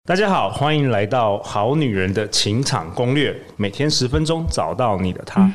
大家好，欢迎来到《好女人的情场攻略》，每天10分钟，找到你的他。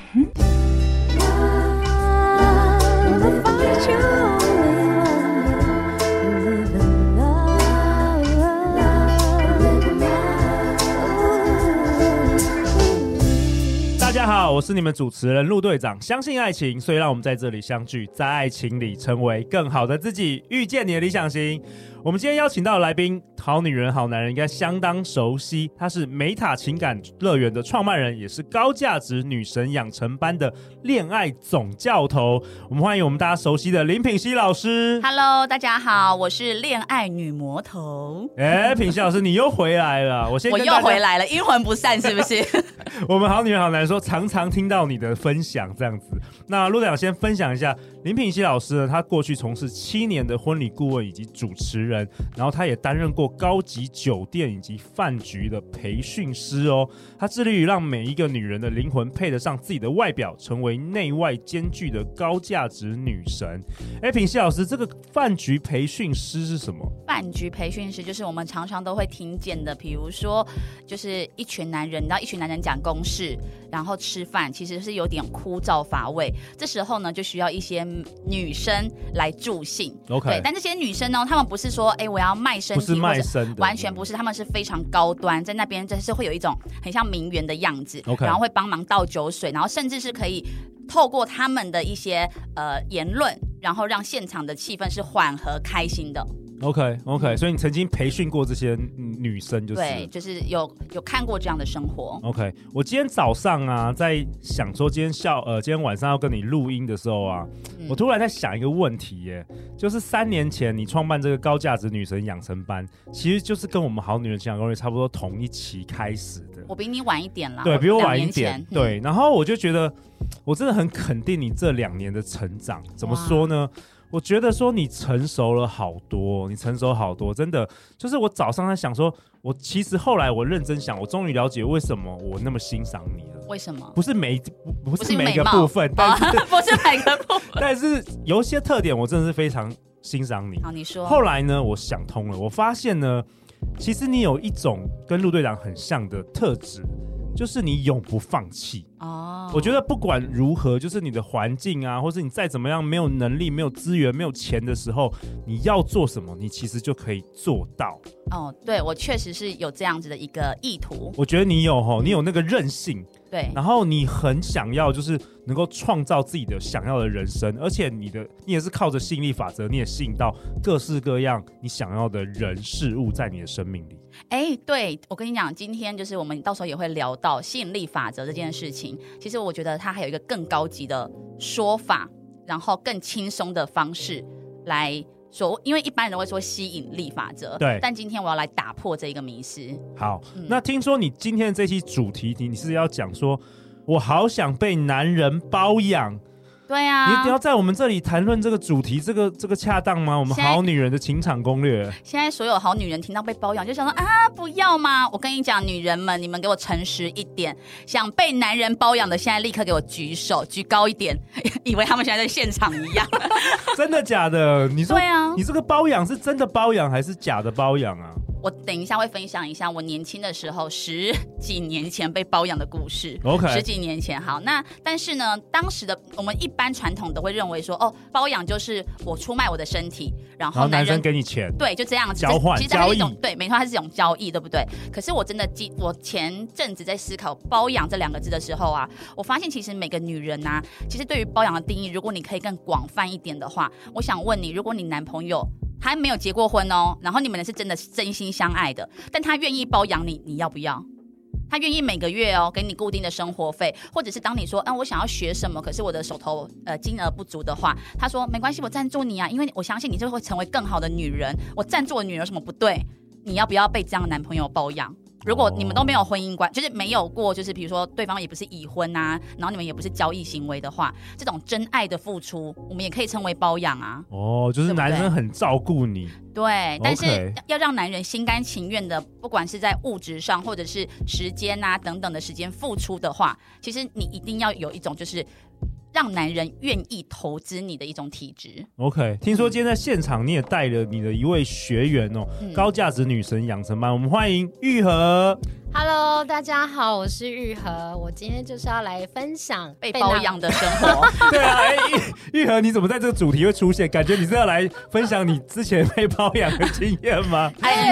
大家好，我是你们主持人陆队长。相信爱情，所以让我们在这里相聚，在爱情里成为更好的自己，遇见你的理想型。我们今天邀请到的来宾，好女人好男人应该相当熟悉，他是美塔情感乐园的创办人，也是高价值女神养成班的恋爱总教头。我们欢迎我们大家熟悉的林品熙老师。 Hello， 大家好，我是恋爱女魔头。 品熙老师你又回来了。我又回来了，阴魂不散是不是？ 我们好女人好男人说常常听到你的分享这样子。那陆队长先分享一下，林品熙老师呢，他过去从事7年的婚礼顾问以及主持人，然后他也担任过高级酒店以及饭局的培训师哦。他致力于让每一个女人的灵魂配得上自己的外表，成为内外兼具的高价值女神。品熙老师，这个饭局培训师是什么？ 饭局培训师就是我们常常都会听见的，比如说就是一群男人，你知道一群男人讲公事，然后吃饭其实是有点枯燥乏味，这时候呢就需要一些女生来助兴。 OK， 对，但这些女生呢，她们不是说我要卖身体， 不是卖身的， 完全不是，她们是非常高端，在那边就是会有一种很像名媛的样子。 OK， 然后会帮忙倒酒水，然后甚至是可以透过他们的一些言论，然后让现场的气氛是缓和开心的。 OK， 所以你曾经培训过这些女生，就是对，就是有看过这样的生活。 OK， 我今天早上啊，在想说今天晚上要跟你录音的时候啊，我突然在想一个问题耶，就是3年前你创办这个高价值女神养成班，其实就是跟我们好女人情感攻略差不多同一期开始的。 我比你晚一点啦， 对，比我晚一点。 对，然后我就觉得，我真的很肯定你这2年的成长。怎么说呢？我觉得说你成熟了好多，真的。就是我早上在想说，我其实后来我认真想，我终于了解为什么我那么欣赏你了。 为什么？ 不是每个部分，但是不是每个部分， 但是有一些特点，我真的是非常欣赏你。 好，你说。 后来呢，我想通了，我发现呢，其实你有一种跟陆队长很像的特质。就是你永不放弃哦。我觉得不管如何，就是你的环境啊，或是你再怎么样没有能力、没有资源、没有钱的时候，你要做什么，你其实就可以做到。 哦，对，我确实是有这样子的一个意图。 我觉得你有那个韧性， 对， 然后你很想要就是能够创造自己的想要的人生，而且你也是靠着吸引力法则，你也吸引到各式各样你想要的人事物在你的生命里。 对，我跟你讲，今天就是我们到时候也会聊到吸引力法则这件事情。其实我觉得它还有一个更高级的说法，然后更轻松的方式来说，因为一般人会说吸引力法则， 对， 但今天我要来打破这个迷思。 好，那听说你今天的这期主题，你是要讲说，我好想被男人包养。 对啊， 你一定要在我们这里谈论这个主题，这个恰当吗？我们好女人的情场攻略。 现在所有好女人听到被包养，就想说啊，不要吗？我跟你讲，女人们，你们给我诚实一点，想被男人包养的，现在立刻给我举手，举高一点，以为他们现在在现场一样。 真的假的？你说，对啊， 你这个包养是真的包养还是假的包养啊？ 我等一下会分享一下我年轻的时候10几年前被包养的故事。 OK， 10几年前。好，那但是呢，当时的我们一般传统都会认为说，包养就是我出卖我的身体，然后男生给你钱， 对，就这样子交换， 其实它是一种，对，没错，它是一种交易，对不对？可是我真的我前阵子在思考包养这2个字的时候啊，我发现其实每个女人啊，其实对于包养的定义，如果你可以更广泛一点的话，我想问你，如果你男朋友他没有结过婚哦，然后你们是真的是真心相爱的，但他愿意包养你，你要不要？他愿意每个月给你固定的生活费，或者是当你说我想要学什么，可是我的手头金额不足的话，他说没关系，我赞助你啊，因为我相信你就会成为更好的女人，我赞助我的女人有什么不对？你要不要被这样的男朋友包养？如果你们都没有婚姻关，就是没有过，就是比如说对方也不是已婚啊，然后你们也不是交易行为的话，这种真爱的付出，我们也可以称为包养啊。 就是男生很照顾你。 对，但是要让男人心甘情愿的，不管是在物质上或者是时间啊等等的时间付出的话，其实你一定要有一种就是让男人愿意投资你的一种体质。 OK， 听说今天在现场你也带了你的一位学员哦，高价值女神养成班，我们欢迎玉和。 Hello， 大家好，我是玉和，我今天就是要来分享被包养的生活。 对啊，玉和，你怎么在这个主题会出现？感觉你是要来分享你之前被包养的经验吗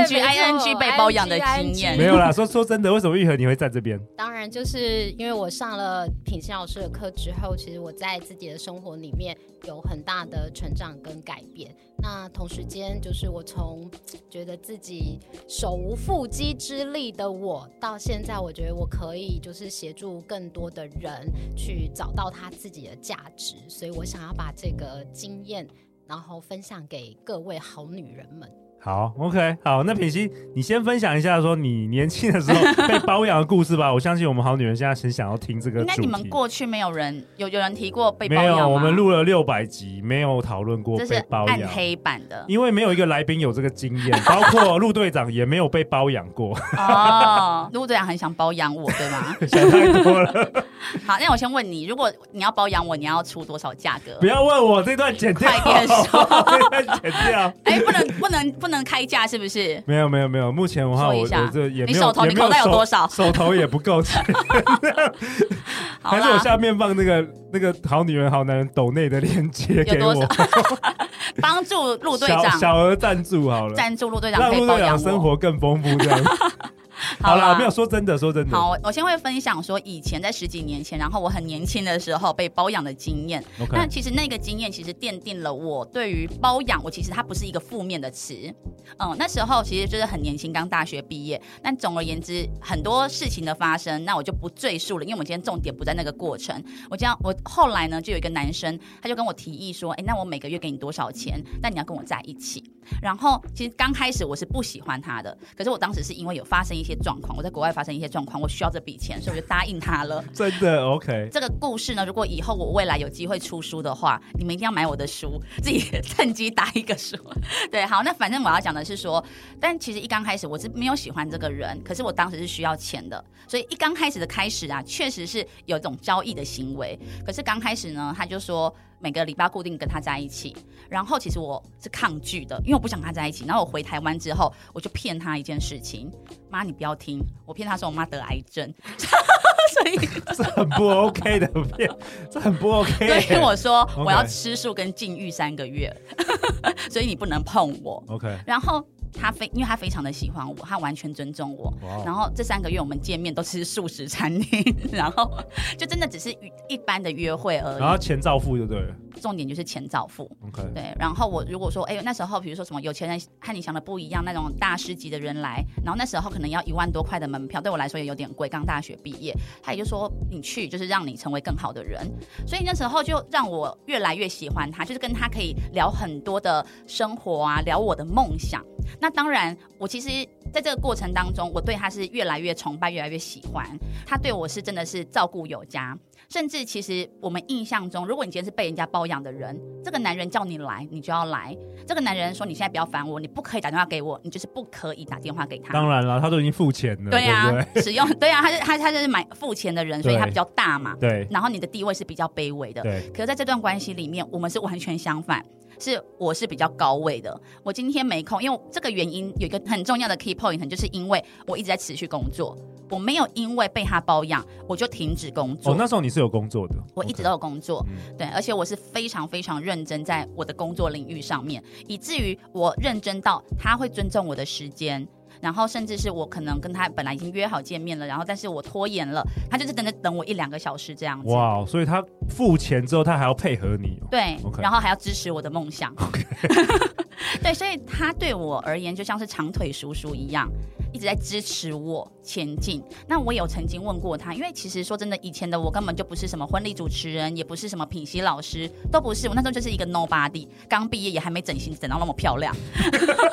？ing 被包养的经验没有啦。说真的，为什么玉和你会在这边？ 当然就是因为我上了品心老师的课之后，其实我在自己的生活里面有很大的成长跟改变。那同时间就是我从觉得自己手无缚鸡之力的我，到现在我觉得我可以就是协助更多的人去找到他自己的价值，所以我想要把这个经验然后分享给各位好女人们。 好 ，OK， 好，那品心，你先分享一下说你年轻的时候被包养的故事吧。我相信我们好女人现在很想要听这个主题。 应该你们过去没有人有人提过被包养吗？ 没有，我们录了600集，没有讨论过被包养， 这是暗黑版的， 因为没有一个来宾有这个经验，包括陆队长也没有被包养过。 哦，陆队长很想包养我，对吗？ 想太多了。 好，那我先问你，如果你要包养我，你要出多少价格？ 不要问我，这段剪掉， 快点说， 这段剪掉。 哎，不能开价是不是？ 没有，目前的话我这也没有， 你口袋有多少？ 手头也不够钱。还是我下面放那个好女人好男人抖内的链接给我， 帮助陆队长小额赞助好了， 赞助陆队长， 让陆队长生活更丰富这样。好啦，没有说真的。 好，我先会分享说以前在10几年前，然后我很年轻的时候被包养的经验。 Okay. 那其实那个经验其实奠定了我对于包养，我其实它不是一个负面的词。那时候其实就是很年轻，刚大学毕业。但总而言之，很多事情的发生，那我就不赘述了，因为我们今天重点不在那个过程。我后来呢，就有一个男生，他就跟我提议说，那我每个月给你多少钱，但你要跟我在一起。然后其实刚开始我是不喜欢他的，可是我当时是因为有发生一些状况，我在国外发生一些状况，我需要这笔钱，所以我就答应他了。 真的 OK。 这个故事呢，如果以后我未来有机会出书的话，你们一定要买我的书，自己趁机打一个书。对，好，那反正我要讲的是说，但其实一刚开始我是没有喜欢这个人，可是我当时是需要钱的，所以一刚开始的开始啊，确实是有一种交易的行为。可是刚开始呢，他就说每个礼拜固定跟他在一起，然后其实我是抗拒的，因为我不想跟他在一起。然后我回台湾之后，我就骗他一件事情，妈你不要听，我骗他说我妈得癌症。所以这很不 OK 的骗，这很不 OK。 对，我说我要吃素跟禁欲3个月，所以你不能碰我。 OK。 然后因为他非常的喜欢我，他完全尊重我。Wow. 然后这3个月我们见面都吃素食餐厅，然后就真的只是一般的约会而已。 然后钱照付就对了。 重点就是钱照付。 OK。 对，然后我如果说，那时候比如说什么有钱人和你想的不一样，那种大师级的人来，然后那时候可能要1万多块的门票，对我来说也有点贵，刚大学毕业，他也就说你去就是让你成为更好的人，所以那时候就让我越来越喜欢他，就是跟他可以聊很多的生活啊，聊我的梦想。那当然，我其实在这个过程当中，我对他是越来越崇拜，越来越喜欢。他对我是真的是照顾有加，甚至其实我们印象中，如果你今天是被人家包养的人，这个男人叫你来，你就要来。这个男人说你现在不要烦我，你不可以打电话给我，你就是不可以打电话给他。 当然了，他都已经付钱了。 对啊， 对不对？ 使用对啊，他就是付钱的人，所以他比较大嘛。 对。 然后你的地位是比较卑微的。 对。 可是在这段关系里面，我们是完全相反。我是比较高位的，我今天没空，因为这个原因有一个很重要的 key point， 就是因为我一直在持续工作，我没有因为被他包养我就停止工作。 那时候你是有工作的？ 我一直都有工作，对，而且我是非常非常认真在我的工作领域上面，以至于我认真到他会尊重我的时间。然后甚至是我可能跟他本来已经约好见面了，然后但是我拖延了，他就是等我1-2个小时这样子。 哇，所以他付钱之后，他还要配合你。 对， okay. 然后还要支持我的梦想。 Okay. 对，所以他对我而言就像是长腿叔叔一样，一直在支持我前进。那我有曾经问过他，因为其实说真的，以前的我根本就不是什么婚礼主持人，也不是什么品析老师，都不是。我那时候就是一个 nobody， 刚毕业也还没整形整到那么漂亮。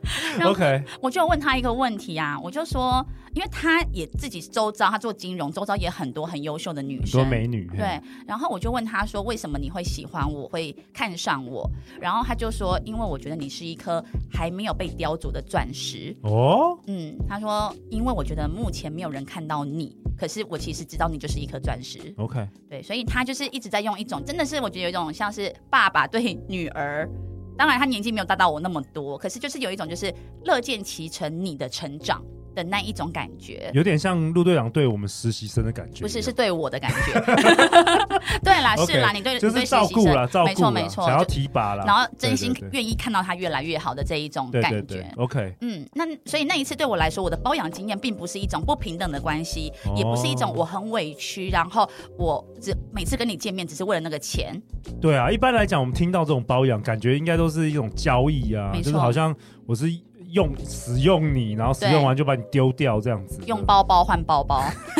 OK， 我就问他一个问题啊，我就说，因为他也自己周遭，他做金融，周遭也很多很优秀的女生， 很多美女。 对，然后我就问他说，为什么你会喜欢我，会看上我？然后他就说，因为我觉得你是一颗还没有被雕琢的钻石。 哦， 他说，因为我觉得目前没有人看到你，可是我其实知道你就是一颗钻石。 OK， 对，所以他就是一直在用一种，真的是我觉得有一种像是爸爸对女儿。当然他年纪没有大到我那么多，可是就是有一种就是乐见其成你的成长的那一种感觉， 有点像陆队长对我们实习生的感觉。 不是，是对我的感觉。对啦，是啦，你对就是照顾啦，照顾啦， 没错没错， 想要提拔啦， 然后真心愿意看到他越来越好的这一种感觉。 对 OK， 那所以那一次对我来说，我的包养经验并不是一种不平等的关系，也不是一种我很委屈，然后我每次跟你见面只是为了那个钱。 对啊，一般来讲，我们听到这种包养，感觉应该都是一种交易啊，就是好像我是使用你，然后使用完就把你丢掉这样子， 用包包换包包。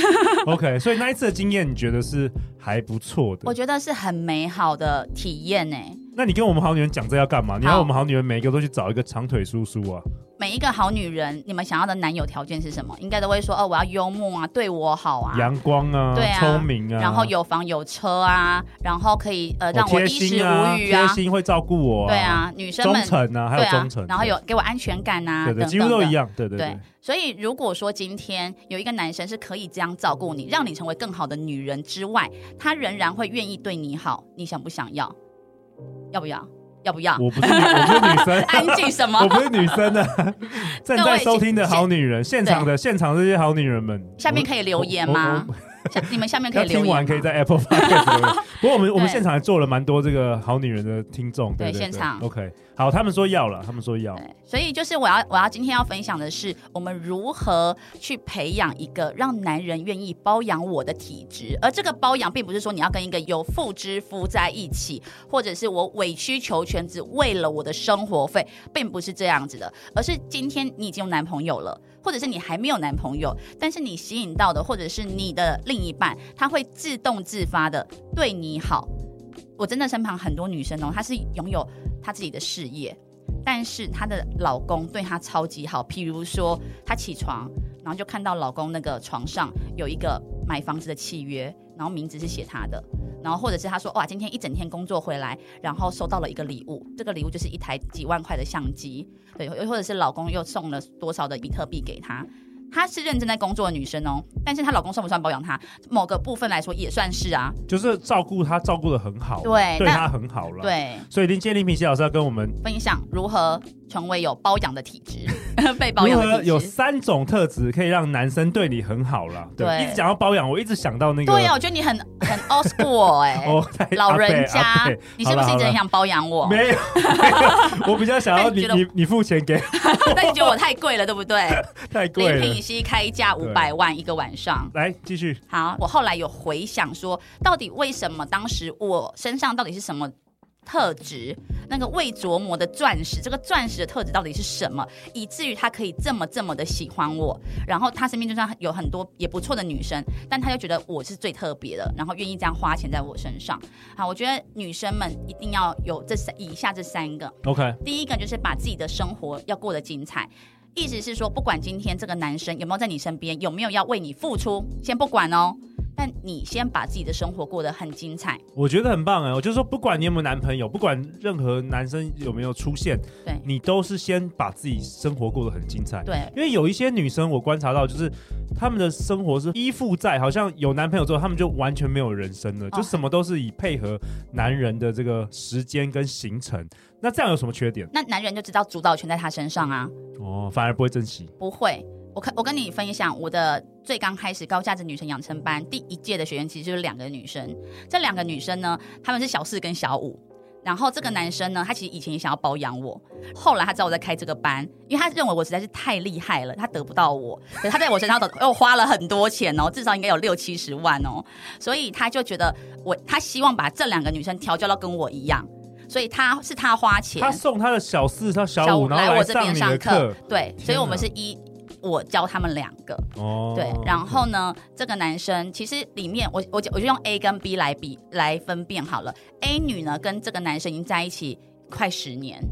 OK， 所以那一次的经验，你觉得是还不错的？ 我觉得是很美好的体验欸。 那你跟我们好女人讲这要干嘛？你要我们好女人每一个都去找一个长腿叔叔啊？ 每一个好女人，你们想要的男友条件是什么？应该都会说我要幽默啊，对我好啊， 阳光啊，对啊，聪明啊， 然后有房有车啊，然后可以让我衣食无虞贴心会照顾我啊， 对啊，女生们忠诚啊，还有忠诚， 然后有给我安全感啊， 对，几乎都一样，对。 所以如果说今天有一个男生是可以这样照顾你，让你成为更好的女人之外，他仍然会愿意对你好，你想不想要？要不要？要不要？ 我不是女生， 安静什么？ 我不是女生啊！正在收听的好女人，现场这些好女人们， 下面可以留言吗？你们下面可以留言， 听完可以在 Apple Podcast 留言。不过我们现场也做了蛮多这个好女人的听众，对现场 OK。好，他们说要了， 所以就是我要今天要分享的是，我们如何去培养一个让男人愿意包养我的体质。而这个包养并不是说你要跟一个有妇之夫在一起，或者是我委曲求全只为了我的生活费，并不是这样子的，而是今天你已经有男朋友了，或者是你还没有男朋友，但是你吸引到的或者是你的另一半，他会自动自发的对你好。我真的身旁很多女生她是拥有她自己的事业，但是她的老公对她超级好。譬如说她起床，然后就看到老公那个床上有一个买房子的契约，然后名字是写她的，然后或者是她说哇今天一整天工作回来，然后收到了一个礼物，这个礼物就是一台几万块的相机，对，或者是老公又送了多少的比特币给她。她是认真在工作的女生哦，但是她老公算不算包养她？某个部分来说也算是啊， 就是照顾她照顾得很好， 对她很好了， 对。 所以今天林品熙老师要跟我们分享如何成为有包养的体质，被包养的体质。 有3种特质可以让男生对你很好啦。 对， 一直讲到包养，我一直想到那个。 对啊，我觉得你很 old school 老人家，你是不是一直很想包养我？ 没有，我比较想要你付钱给我。 但你觉得我太贵了，对不对？ 太贵了。 林品熙开价500万一个晚上。 来继续。 好，我后来有回想说，到底为什么当时我身上到底是什么特质，那个未琢磨的钻石，这个钻石的特质到底是什么，以至于他可以这么的喜欢我，然后他身边就算有很多也不错的女生，但他就觉得我是最特别的，然后愿意这样花钱在我身上。好，我觉得女生们一定要有以下这3个。 OK， 第一个就是把自己的生活要过得精彩，意思是说不管今天这个男生有没有在你身边，有没有要为你付出，先不管哦，但你先把自己的生活过得很精彩。 我觉得很棒哎！我就说，不管你有没有男朋友，不管任何男生有没有出现， 对， 你都是先把自己生活过得很精彩。 对， 因为有一些女生我观察到，就是他们的生活是依附在，好像有男朋友之后，他们就完全没有人生了，就什么都是以配合男人的这个时间跟行程。那这样有什么缺点？ 那男人就知道主导权在他身上啊。 哦，反而不会珍惜。 不会。我跟你分享，我的最刚开始高价值女生养成班第1届的学员其实就是2个女生，这2个女生呢，她们是小4跟小5，然后这个男生呢，他其实以前也想要包养我，后来他知道我在开这个班，因为他认为我实在是太厉害了，他得不到我，可是他在我身上又花了很多钱哦，至少应该有60-70万哦，所以他就觉得他希望把这2个女生调教到跟我一样。所以他花钱， 他送他的小4、他小5，然后来我这边上课，对，所以我们是我教他们2个，对，然后呢，这个男生其实里面我就用 A 跟 B 来分辨好了。A 女呢跟这个男生已经在一起快10年，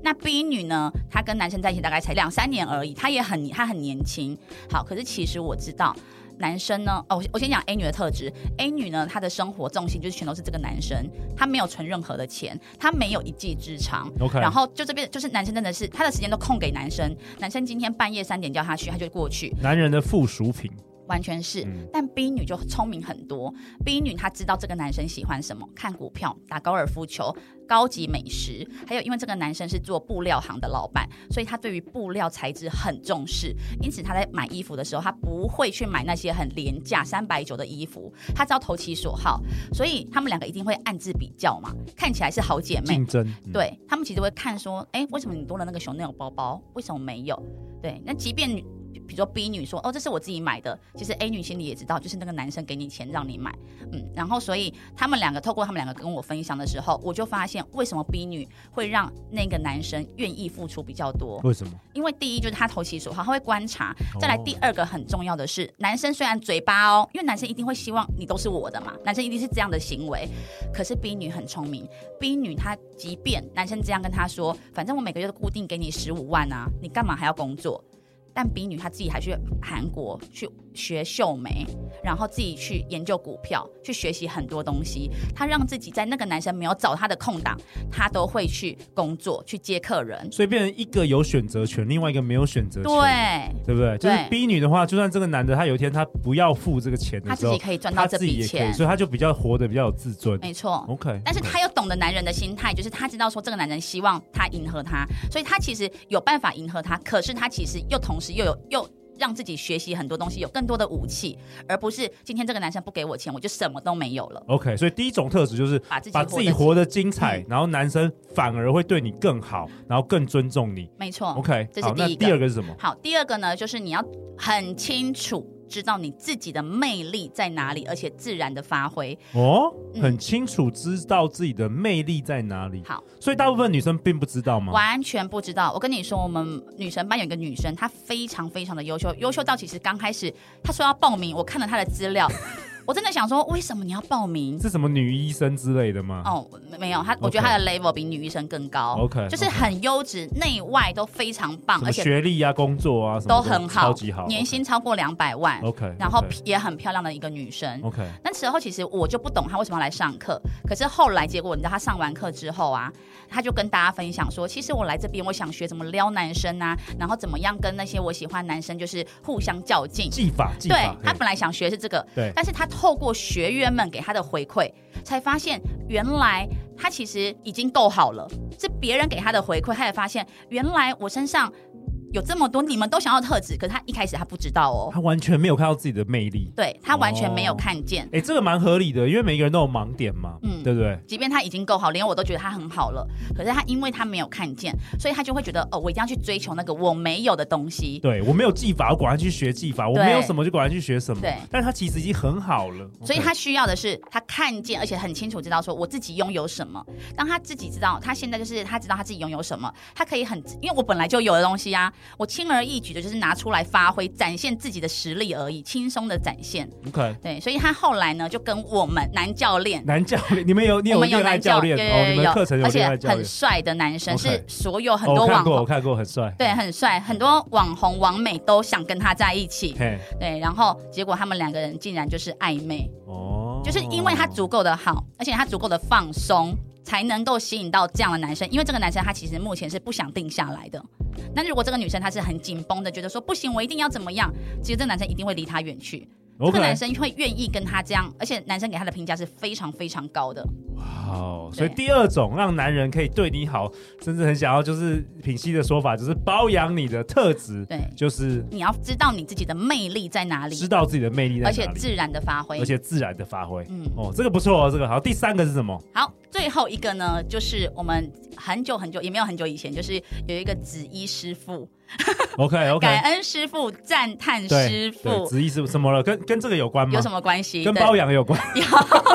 那 B 女呢，她跟男生在一起大概才2-3年而已，她很年轻。好，可是其实我知道。男生呢？我先讲 A 女的特质。A 女呢，她的生活重心就是全都是这个男生，她没有存任何的钱，她没有一技之长。 Okay. 然后就这边就是男生真的是他的时间都空给男生，男生今天半夜3点叫他去，他就过去。 男人的附属品。 完全是，但 B 女就聪明很多。B 女她知道这个男生喜欢什么，看股票、打高尔夫球、高级美食，还有因为这个男生是做布料行的老板，所以他对于布料材质很重视。因此他在买衣服的时候，他不会去买那些很廉价390的衣服，他只要投其所好。所以他们两个一定会暗自比较嘛，看起来是好姐妹， 竞争。 对，他们其实会看说，为什么你多了那个Chanel包包，为什么没有？对，那即便比如说 B 女说这是我自己买的，其实 A 女心里也知道，就是那个男生给你钱让你买，然后所以他们两个透过他们两个跟我分享的时候，我就发现为什么 B 女会让那个男生愿意付出比较多。 为什么？ 因为第一就是他投其所好，他会观察。再来第二个很重要的是，男生虽然嘴巴因为男生一定会希望你都是我的嘛，男生一定是这样的行为，可是 B 女很聪明。B 女她即便男生这样跟她说，反正我每个月都固定给你15万啊，你干嘛还要工作？但 B 女她自己还去韩国去学绣眉，然后自己去研究股票，去学习很多东西。她让自己在那个男生没有找她的空档，她都会去工作，去接客人。 所以变成一个有选择权，另外一个没有选择权， 对不对？就是 B 女的话，就算这个男的他有一天他不要付这个钱的时候， 他自己可以赚到这笔钱， 所以他就比较活得比较有自尊。 没错 ，OK。 但是他又懂得男人的心态，就是他知道说这个男人希望他迎合他，所以他其实有办法迎合他，可是他其实又同时又让自己学习很多东西，有更多的武器，而不是今天这个男生不给我钱，我就什么都没有了。 OK， 所以第一种特质就是把自己活得精彩，然后男生反而会对你更好，然后更尊重你。 没错 ，OK， 这是第一个。 那第二个是什么？ 好，第二个呢，就是你要很清楚知道你自己的魅力在哪里，而且自然的发挥。 很清楚知道自己的魅力在哪里。 好， 所以大部分女生并不知道吗？ 完全不知道。我跟你说，我们女神班有一个女生，她非常非常的优秀，优秀到其实刚开始她说要报名，我看了她的资料。我真的想说，为什么你要报名？ 是什么女医生之类的吗？ 没有，我觉得她的 level 比女医生更高。 OK， 就是很优质，内外都非常棒，而且学历啊、工作啊什么都很好， 超级好， 年薪超过200万。 OK， 然后也很漂亮的一个女生。 OK， 那时候其实我就不懂她为什么要来上课，可是后来结果你知道她上完课之后啊，她就跟大家分享说，其实我来这边我想学怎么撩男生啊，然后怎么样跟那些我喜欢男生就是互相较劲， 技法。 对，她本来想学是这个， 对， 但是她透过学员们给她的回馈，才发现原来她其实已经够好了，是别人给她的回馈，她也发现原来我身上有这么多你们都想要的特质，可是他一开始他不知道他完全没有看到自己的魅力， 对，他完全没有看见。 这个蛮合理的，因为每个人都有盲点嘛，对不对？ 即便他已经够好，连我都觉得他很好了，可是他因为他没有看见，所以他就会觉得我一定要去追求那个我没有的东西。 对，我没有技法，我果然去学技法；我没有什么就果然去学什么。 对， 但是他其实已经很好了， 所以他需要的是他看见，而且很清楚知道说我自己拥有什么。当他自己知道，他现在就是他知道他自己拥有什么，他可以因为我本来就有的东西啊，我轻而易举的就是拿出来发挥，展现自己的实力而已，轻松的展现。 OK， 对，所以他后来呢，就跟我们男教练， 你们有恋爱教练哦，你们课程有恋爱教练， 而且很帅的男生， okay， 是所有很多网红， 我看过，很帅， 对，很帅，很多网红网美都想跟他在一起，对，然后结果他们两个人竟然就是暧昧，就是因为他足够的好，而且他足够的放松，才能够吸引到这样的男生。因为这个男生他其实目前是不想定下来的，那如果这个女生她是很紧绷的，觉得说不行我一定要怎么样，其实这个男生一定会离她远去，这个男生会愿意跟他这样，而且男生给他的评价是非常非常高的。 哇，所以第二种让男人可以对你好，甚至很想要，就是品熙的说法，就是包养你的特质， 对， 就是你要知道你自己的魅力在哪里， 知道自己的魅力在哪里， 而且自然的发挥， 这个不错哦，这个好。第三个是什么？ 好，最后一个呢，就是我们很久也没有很久以前，就是有一个紫衣师傅。 OK， 感恩师傅，赞叹师傅。 紫衣师傅什么了？跟这个有关吗？ 有什么关系？ 跟包养有关。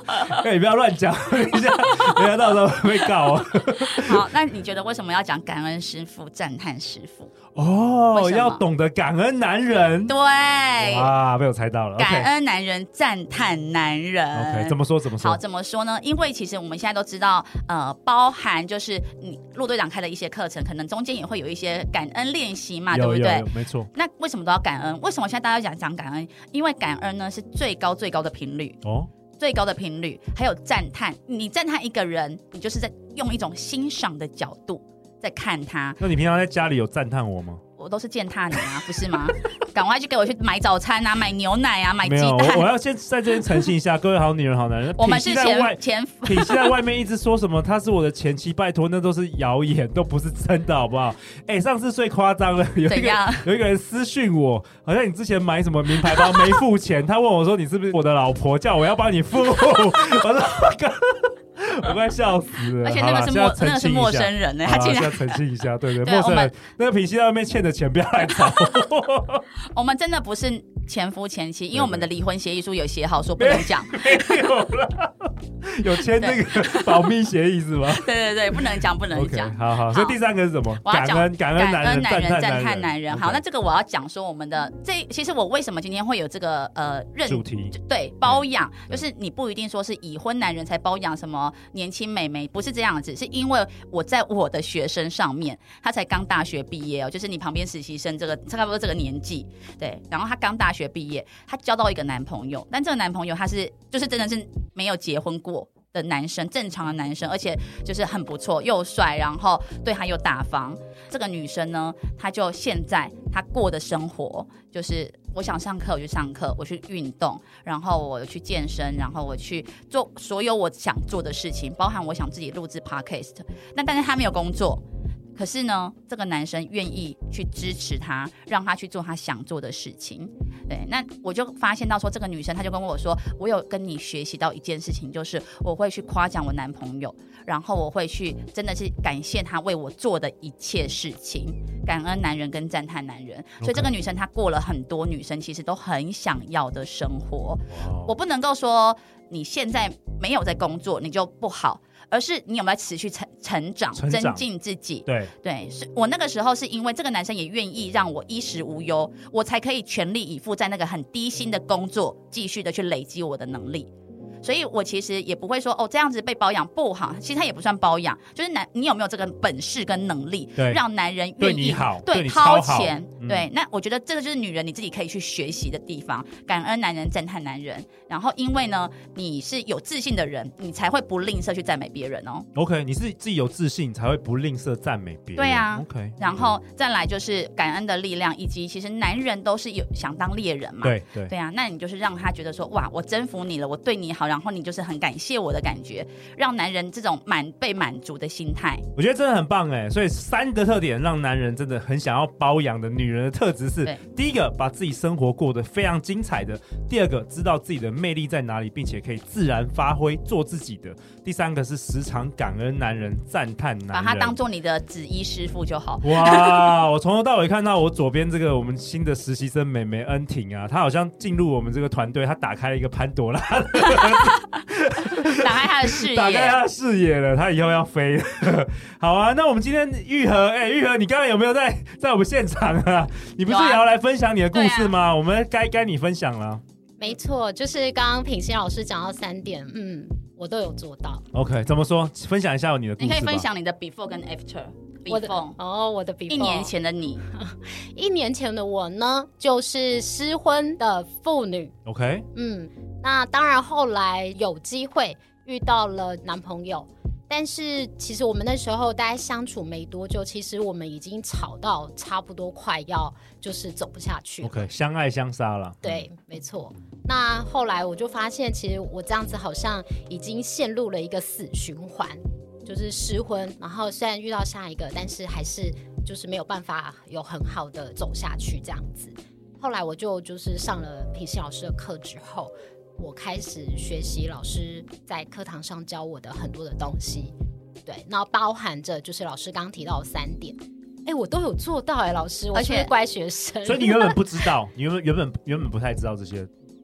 你不要乱讲，等一下到时候会被告哦。 好，那你觉得为什么要讲感恩师傅、赞叹师傅？ 哦，要懂得感恩男人。 对， 哇，被我猜到了。 感恩男人，赞叹男人。 OK， 怎么说？ 好，怎么说呢？因为其实我们现在都知道，包含就是你陆队长开的一些课程，可能中间也会有一些感恩练习嘛，对不对？ 没错。 那为什么都要感恩？为什么现在大家讲感恩？因为感恩呢是最高的频率哦。最高的频率，还有赞叹。你赞叹一个人，你就是在用一种欣赏的角度在看他。 那你平常在家里有赞叹我吗？ 我都是践踏你啊，不是吗？赶快去给我去买早餐啊，买牛奶啊，买鸡蛋。 没有，我要先在这边澄清一下，各位好女人好男人， 我们是前品熙在外面一直说什么他是我的前妻，拜托那都是谣言，都不是真的，好不好？上次最夸张了，有一个人私讯我，好像你之前买什么名牌包没付钱，他问我说你是不是我的老婆，叫我要帮你付。我说我快笑死了， 而且那个是陌生人呢，他竟然要澄清一下，对，陌生人，那个品熙在外面欠的钱不要来找我。 我们真的不是前夫前妻，因为我们的离婚协议书有写好说不能讲， 没有了，有签那个保密协议是吗？ 对，不能讲，不能讲。 好，所以第三个是什么？ 我要讲感恩男人， 赞叹男人。好，那这个我要讲说我们的其实我为什么今天会有这个主题？ 对，包养，就是你不一定说是已婚男人才包养什么年轻美眉，不是这样子，是因为我在我的学生上面，他才刚大学毕业哦，就是你旁边实习生这个差不多这个年纪，对，然后他刚大学毕业，他交到一个男朋友，但这个男朋友他是就是真的是没有结婚过的男生，正常的男生，而且就是很不错，又帅，然后对他又大方。这个女生呢，她就现在她过的生活就是我想上课我去上课，我去运动，然后我去健身，然后我去做所有我想做的事情，包含我想自己录制 podcast。但是他没有工作，可是呢，这个男生愿意去支持他，让他去做他想做的事情。对，那我就发现到说，这个女生她就跟我说，我有跟你学习到一件事情，就是我会去夸奖我男朋友，然后我会去真的是感谢他为我做的一切事情，感恩男人跟赞叹男人。所以这个女生她过了很多女生其实都很想要的生活。我不能够说你现在没有在工作你就不好，而是你有没有持续成长增进自己。对，我那个时候是因为这个男生也愿意让我衣食无忧，我才可以全力以赴在那个很低薪的工作继续的去累积我的能力。所以我其实也不会说这样子被包养不好，其实他也不算包养，就是你有没有这个本事跟能力，让男人愿意对你好， 对掏钱，对，那我觉得这个就是女人你自己可以去学习的地方，感恩男人，赞叹男人。然后因为呢，你是有自信的人，你才会不吝啬去赞美别人哦。 OK， 你是自己有自信，才会不吝啬赞美别人。 对啊 ，OK。 然后再来就是感恩的力量，以及其实男人都是有想当猎人嘛，对啊，那你就是让他觉得说，哇，我征服你了，我对你好。然后你就是很感谢我的感觉，让男人这种被满足的心态， 我觉得真的很棒哎。所以3个特点让男人真的很想要包养的女人的特质是：第一个，把自己生活过得非常精彩的；第二个，知道自己的魅力在哪里，并且可以自然发挥，做自己的；第三个是时常感恩男人，赞叹男人， 把他当做你的紫衣师傅就好。 哇！我从头到尾看到我左边这个我们新的实习生美眉恩婷啊，她好像进入我们这个团队，她打开了一个潘多拉的打开他的视野， 打开他的视野了，他以后要飞了。好啊，那我们今天玉和，玉和，你刚刚有没有在我们现场啊？你不是也要来分享你的故事吗？我们该你分享了。 没错，就是刚刚品熙老师讲到3点，我都有做到。 OK， 怎么说？分享一下你的故事吧。 你可以分享你的 before 跟 after。 我的 before， 1年前的你 ，1年前的我呢，就是失婚的妇女。 OK， 那当然后来有机会遇到了男朋友，但是其实我们那时候大概相处没多久，其实我们已经吵到差不多快要就是走不下去。 OK， 相爱相杀了。 对，没错。那后来我就发现，其实我这样子好像已经陷入了一个死循环。就是失婚，然后虽然遇到下一个，但是还是就是没有办法有很好的走下去这样子。后来我就是上了品熙老师的课之后，我开始学习老师在课堂上教我的很多的东西，对，然后包含着就是老师刚提到的3点，我都有做到老师，我是乖学生。 所以你原本不知道，你原本不太知道这些。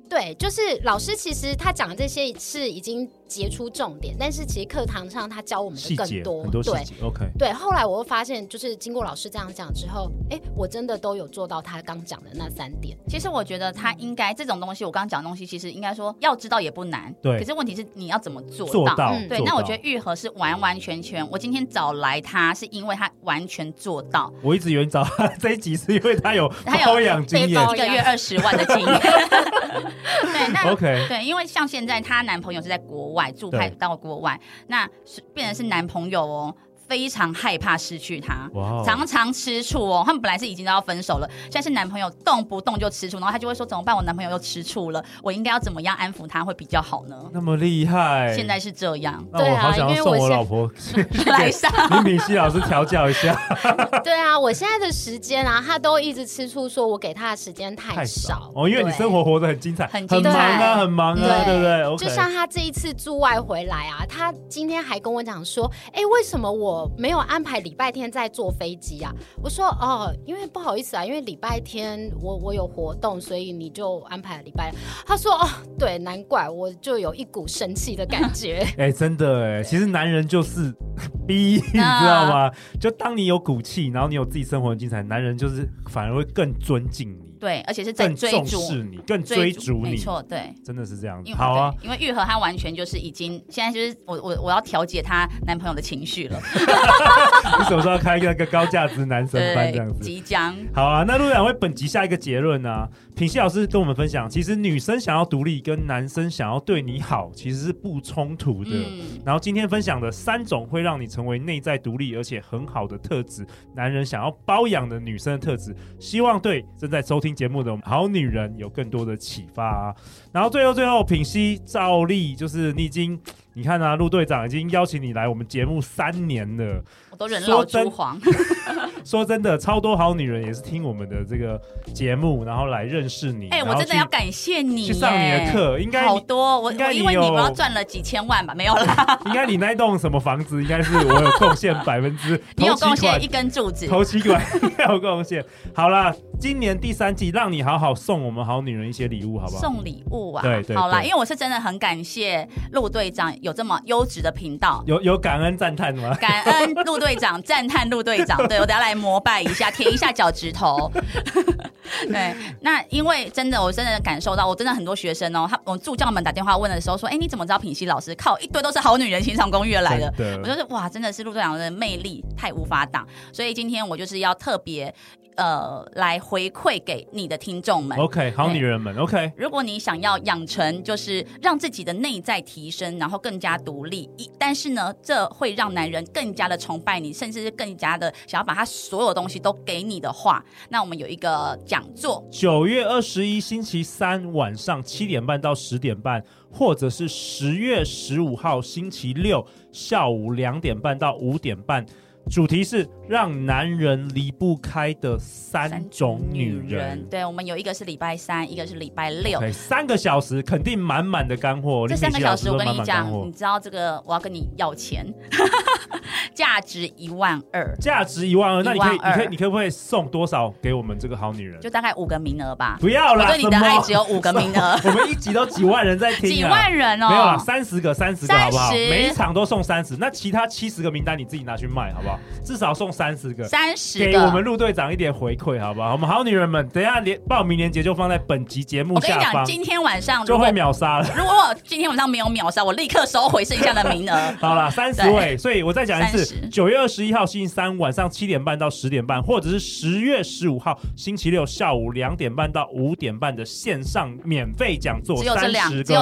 对，就是老师其实他讲的这些是已经截出重点，但是其实课堂上他教我们的更多， 很多细节。OK， 对。后来我会发现，就是经过老师这样讲之后，我真的都有做到他刚讲的那3点。 其实我觉得他应该这种东西，我刚刚讲的东西，其实应该说要知道也不难， 对。 可是问题是你要怎么做到？ 对，那我觉得玉和是完完全全，我今天找来他是因为他完全做到。 我一直以为你找他这一集是因为他有包养经验 ，1个月20万的经验。对，那 OK， 对，因为像现在她男朋友是在国外驻派到国外，那变成是男朋友哦。非常害怕失去他，常常吃醋哦。他们本来是已经都要分手了，现在是男朋友动不动就吃醋，然后他就会说怎么办？我男朋友又吃醋了，我应该要怎么样安抚他会比较好呢？ 那么厉害， 现在是这样。 那我好想要送我老婆来上林品熙老师调教一下。 对啊，我现在的时间啊，他都一直吃醋，说我给他的时间太少哦，因为你生活活得很精彩， 很忙啊，很忙啊，对不对？ Okay， 就像他这一次驻外回来啊，他今天还跟我讲说，为什么我没有安排礼拜天再坐飞机啊？我说因为不好意思啊，因为礼拜天我有活动，所以你就安排了礼拜。他说对，难怪我就有一股生气的感觉。 真的其实男人就是逼，你知道吗？就当你有骨气，然后你有自己生活很精彩，男人就是反而会更尊敬你。 对，而且是在追逐， 更重视你，更追逐你， 没错，对， 真的是这样子。好啊， 因为玉和她完全就是已经现在就是我要调节她男朋友的情绪了。 你什么时候要开一个高价值男生班这样子？ 即将。 好啊，那陆两位本集下一个结论啊，品熙老师跟我们分享，其实女生想要独立跟男生想要对你好其实是不冲突的。然后今天分享的3种会让你成为内在独立而且很好的特质，男人想要包养的女生的特质，希望对正在收听节目的好女人有更多的启发啊。然后最后品熙照例就是你看啊，陆队长已经邀请你来我们节目3年了， 我都人老珠黄。 说真的，超多好女人也是听我们的这个节目，然后来认识你。 我真的要感谢你， 去上你的课，应该好多。我因为你不要赚了几千万吧？没有啦。 应该你那栋什么房子，应该是我有贡献%， 你有贡献1根柱子， 头期款有贡献。好啦，今年第3季，让你好好送我们好女人一些礼物，好不好？ 送礼物啊？ 对， 好啦，因为我是真的很感谢陆队长有这么优质的频道， 有感恩赞叹吗？ 感恩陆队长，赞叹陆队长。对，我等下来膜拜一下，舔一下脚趾头。对，那因为我真的感受到，我真的很多学生我助教们打电话问的时候说，你怎么知道品熙老师靠一堆都是好女人欣赏公寓来的？我就是哇，真的是陆队长的魅力太无法挡，所以今天我就是要特别来回馈给你的听众们。 OK， 好女人们 OK， 如果你想要养成就是让自己的内在提升，然后更加独立，但是呢这会让男人更加的崇拜你，甚至是更加的想要把他所有东西都给你的话，那我们有一个讲座 ，9月21星期3晚上7点半到10点半，或者是10月15号星期6下午2点半到5点半，主题是让男人离不开的3种女人。 对，我们有一个是礼拜3，一个是礼拜6 ，3个小时肯定满满的干货。 这3个小时我跟你讲，你知道这个我要跟你要钱，价值12000， 价值12000。那你可不可以送多少给我们这个好女人？ 就大概5个名额吧。 不要啦， 我对你的爱只有5个名额。 我们一集都几万人在听， 几万人哦。 没有啦，30个好不好？每一场都送30，那其他70个名单你自己拿去卖好不好？至少送30个， 给我们陆队长一点回馈好不好？我们好女人们，等一下报名链接就放在本集节目下方。 我跟你讲，今天晚上就会秒杀了。 如果今天晚上没有秒杀，我立刻收回剩下的名额。 好啦，30位，所以我再讲一次，9月21号星期3晚上7点半到10点半，或者是10月15号星期6下午2点半到5点半的线上免费讲座， 只有这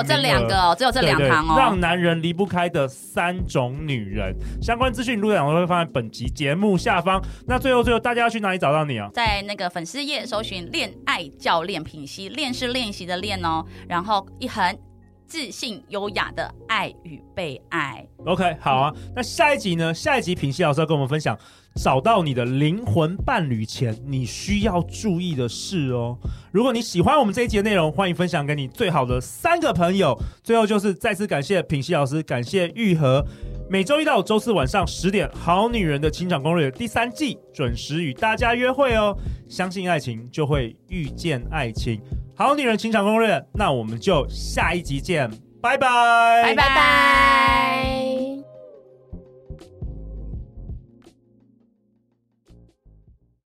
2个哦，只有这2堂哦。 让男人离不开的3种女人，相关资讯陆队长都会放在本集节目下方。那最后大家要去哪里找到你啊？ 在那个粉丝页搜寻恋爱教练品熙，练是练习的练哦，然后一横自信优雅的爱与被爱。 OK， 好啊。那下一集呢？下一集品熙老师要跟我们分享找到你的灵魂伴侣前你需要注意的事哦。如果你喜欢我们这一集的内容，欢迎分享给你最好的3个朋友。最后就是再次感谢品熙老师，感谢玉和。每周1到周4晚上10点，《好女人的情场攻略》第3季准时与大家约会哦。相信爱情，就会遇见爱情。 好女人情场攻略，那我们就下一集见，拜拜， 拜拜。